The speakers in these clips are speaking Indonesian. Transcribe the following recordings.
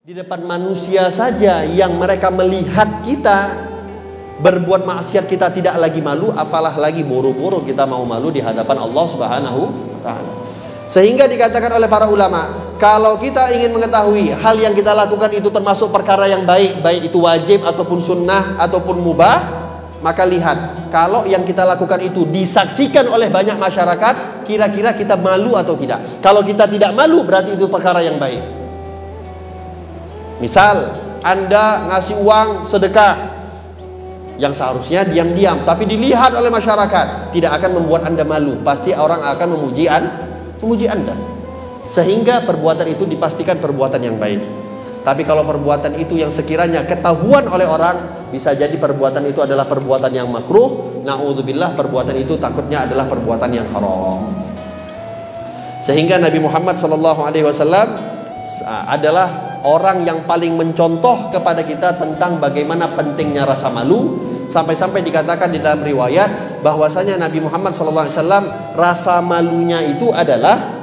Di depan manusia saja yang mereka melihat kita berbuat maksiat kita tidak lagi malu, apalah lagi buru-buru kita mau malu di hadapan Allah Subhanahu wa taala. Sehingga dikatakan oleh para ulama, kalau kita ingin mengetahui hal yang kita lakukan itu termasuk perkara yang baik, baik itu wajib ataupun sunnah ataupun mubah, maka lihat, kalau yang kita lakukan itu disaksikan oleh banyak masyarakat, kira-kira kita malu atau tidak. Kalau kita tidak malu, berarti itu perkara yang baik. Misal, Anda ngasih uang sedekah yang seharusnya diam-diam, tapi dilihat oleh masyarakat, tidak akan membuat Anda malu. Pasti orang akan memuji Anda. Sehingga perbuatan itu dipastikan perbuatan yang baik. Tapi kalau perbuatan itu yang sekiranya ketahuan oleh orang, bisa jadi perbuatan itu adalah perbuatan yang makruh. Na'udzubillah, perbuatan itu takutnya adalah perbuatan yang haram. Sehingga Nabi Muhammad SAW adalah orang yang paling mencontoh kepada kita tentang bagaimana pentingnya rasa malu. Sampai-sampai dikatakan di dalam riwayat bahwasanya Nabi Muhammad SAW rasa malunya itu adalah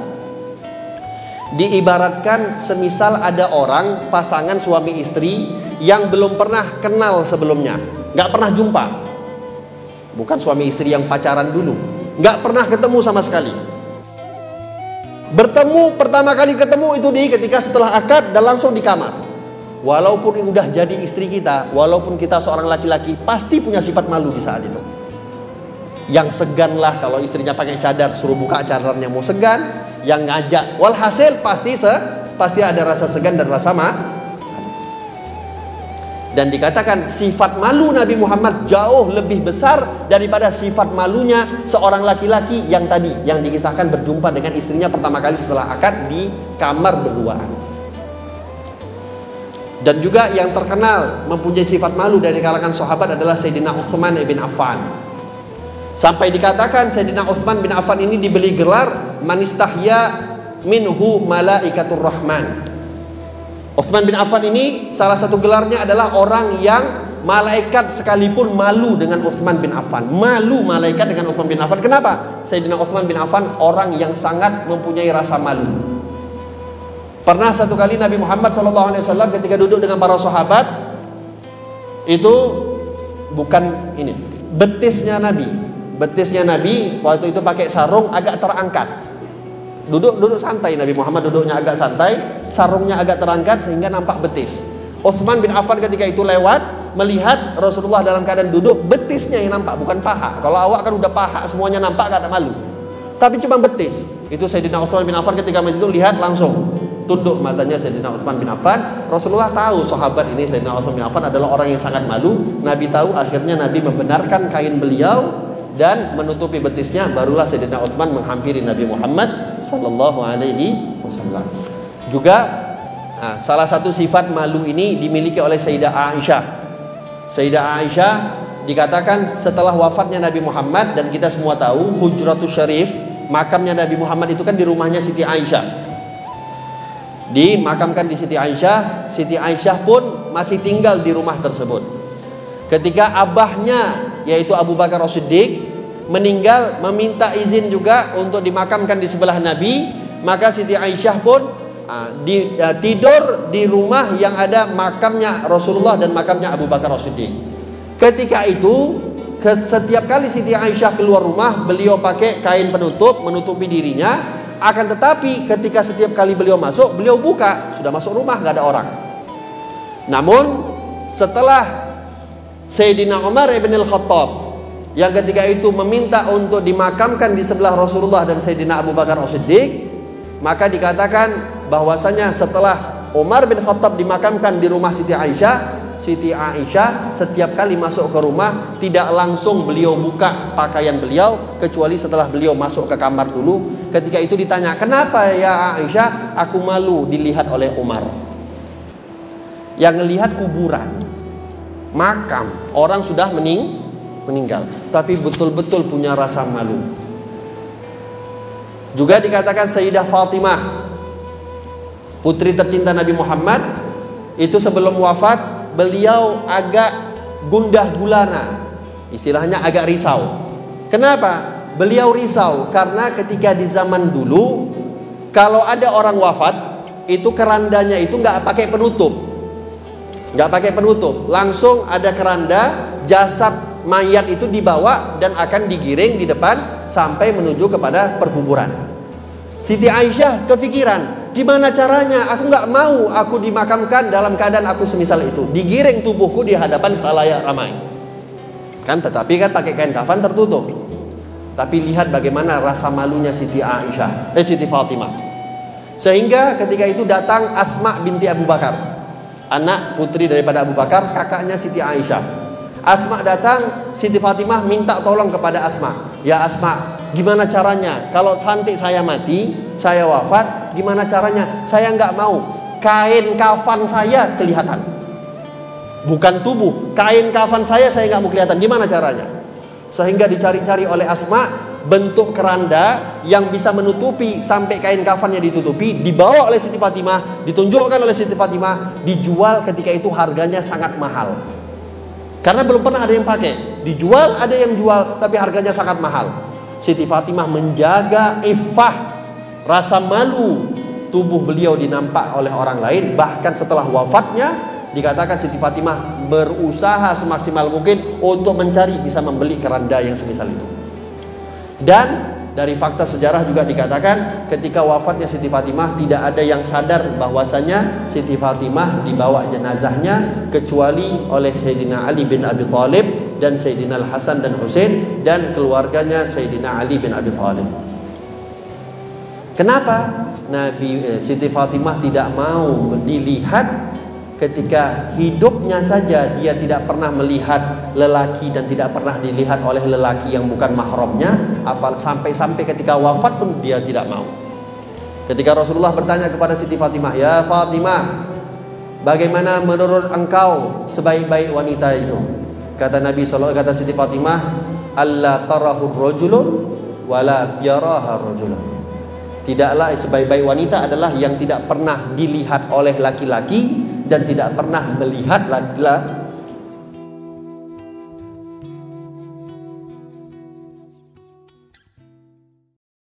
diibaratkan semisal ada orang pasangan suami istri yang belum pernah kenal sebelumnya, gak pernah jumpa. Bukan suami istri yang pacaran dulu, gak pernah ketemu sama sekali. Bertemu, pertama kali ketemu itu ketika setelah akad dan langsung di kamar. Walaupun udah jadi istri kita, walaupun kita seorang laki-laki, pasti punya sifat malu di saat itu. Yang segan lah kalau istrinya pakai cadar, suruh buka cadarnya mau segan. Yang ngajak, walhasil pasti ada rasa segan dan rasa malu. Dan dikatakan sifat malu Nabi Muhammad jauh lebih besar daripada sifat malunya seorang laki-laki yang tadi, yang dikisahkan berjumpa dengan istrinya pertama kali setelah akad di kamar berduaan. Dan juga yang terkenal mempunyai sifat malu dari kalangan sahabat adalah Sayyidina Utsman bin Affan. Sampai dikatakan Sayyidina Utsman bin Affan ini diberi gelar manistahya minhu malaikatur rahman. Utsman bin Affan ini salah satu gelarnya adalah orang yang malaikat sekalipun malu dengan Utsman bin Affan. Malu malaikat dengan Utsman bin Affan. Kenapa? Sayyidina Utsman bin Affan orang yang sangat mempunyai rasa malu. Pernah satu kali Nabi Muhammad SAW ketika duduk dengan para sahabat, itu bukan ini, betisnya Nabi waktu itu pakai sarung agak terangkat. Duduk santai, Nabi Muhammad duduknya agak santai, sarungnya agak terangkat sehingga nampak betis. Utsman bin Affan ketika itu lewat, melihat Rasulullah dalam keadaan duduk, betisnya yang nampak, bukan paha. Kalau awak kan udah paha semuanya nampak, gak ada malu. Tapi cuma betis. Itu Sayyidina Utsman bin Affan ketika itu lihat langsung tunduk matanya Sayyidina Utsman bin Affan. Rasulullah tahu sahabat ini Sayyidina Utsman bin Affan adalah orang yang sangat malu. Nabi tahu, akhirnya Nabi membenarkan kain beliau dan menutupi betisnya. Barulah Sayyidina Utsman menghampiri Nabi Muhammad sallallahu alaihi wasallam. Juga salah satu sifat malu ini dimiliki oleh Sayyidah Aisyah. Sayyidah Aisyah dikatakan setelah wafatnya Nabi Muhammad, dan kita semua tahu Hujratus Syarif, makamnya Nabi Muhammad itu kan di rumahnya Siti Aisyah. Dimakamkan di Siti Aisyah. Siti Aisyah pun masih tinggal di rumah tersebut. Ketika abahnya yaitu Abu Bakar As-Siddiq meninggal, meminta izin juga untuk dimakamkan di sebelah Nabi, maka Siti Aisyah pun tidur di rumah yang ada makamnya Rasulullah dan makamnya Abu Bakar As-Siddiq. Ketika itu setiap kali Siti Aisyah keluar rumah, beliau pakai kain penutup menutupi dirinya. Akan tetapi ketika setiap kali beliau masuk, beliau buka, sudah masuk rumah gak ada orang. Namun setelah Sayyidina Umar ibn al-Khattab yang ketika itu meminta untuk dimakamkan di sebelah Rasulullah dan Sayyidina Abu Bakar As-Siddiq, maka dikatakan bahwasanya setelah Umar bin Khattab dimakamkan di rumah Siti Aisyah setiap kali masuk ke rumah tidak langsung beliau buka pakaian beliau, kecuali setelah beliau masuk ke kamar dulu. Ketika itu ditanya, "Kenapa ya Aisyah?" "Aku malu dilihat oleh Umar." Yang ngelihat kuburan, makam, orang sudah meninggal, tapi betul-betul punya rasa malu. Juga dikatakan Sayyidah Fatimah, putri tercinta Nabi Muhammad, itu sebelum wafat beliau agak gundah gulana, istilahnya agak risau. Kenapa? Beliau risau karena ketika di zaman dulu kalau ada orang wafat itu kerandanya itu nggak pakai penutup. Langsung ada keranda, jasad mayat itu dibawa dan akan digiring di depan sampai menuju kepada perkuburan. Siti Aisyah kepikiran, gimana caranya? Aku nggak mau aku dimakamkan dalam keadaan aku semisal itu, digiring tubuhku di hadapan khalayak ramai. Kan, tetapi kan pakai kain kafan tertutup. Tapi lihat bagaimana rasa malunya Siti Fatimah. Sehingga ketika itu datang Asma binti Abu Bakar, anak putri daripada Abu Bakar, kakaknya Siti Aisyah. Asma datang, Siti Fatimah minta tolong kepada Asma. Ya Asma, gimana caranya? Kalau nanti saya mati, saya wafat, gimana caranya? Saya nggak mau kain kafan saya kelihatan. Bukan tubuh, kain kafan saya nggak mau kelihatan. Gimana caranya? Sehingga dicari-cari oleh Asma bentuk keranda yang bisa menutupi sampai kain kafannya ditutupi, dibawa oleh Siti Fatimah, ditunjukkan oleh Siti Fatimah, dijual ketika itu harganya sangat mahal. Karena belum pernah ada yang pakai. Dijual, ada yang jual, tapi harganya sangat mahal. Siti Fatimah menjaga iffah, rasa malu tubuh beliau dinampak oleh orang lain. Bahkan setelah wafatnya, dikatakan Siti Fatimah berusaha semaksimal mungkin untuk mencari bisa membeli keranda yang semisal itu. Dan dari fakta sejarah juga dikatakan ketika wafatnya Siti Fatimah tidak ada yang sadar bahwasanya Siti Fatimah dibawa jenazahnya kecuali oleh Sayyidina Ali bin Abi Thalib dan Sayyidina Al-Hasan dan Husain dan keluarganya Sayyidina Ali bin Abi Thalib. Kenapa? Siti Fatimah tidak mau dilihat ketika hidupnya saja dia tidak pernah melihat lelaki dan tidak pernah dilihat oleh lelaki yang bukan mahramnya, apal sampai ketika wafat pun dia tidak mau. Ketika Rasulullah bertanya kepada Siti Fatimah, "Ya Fatimah, bagaimana menurut engkau sebaik-baik wanita itu?" Kata Nabi sallallahu alaihi wasallam, kata Siti Fatimah, "Alla tarahu rajulun wala yaraha rajulun." Tidaklah sebaik-baik wanita adalah yang tidak pernah dilihat oleh laki-laki dan tidak pernah melihat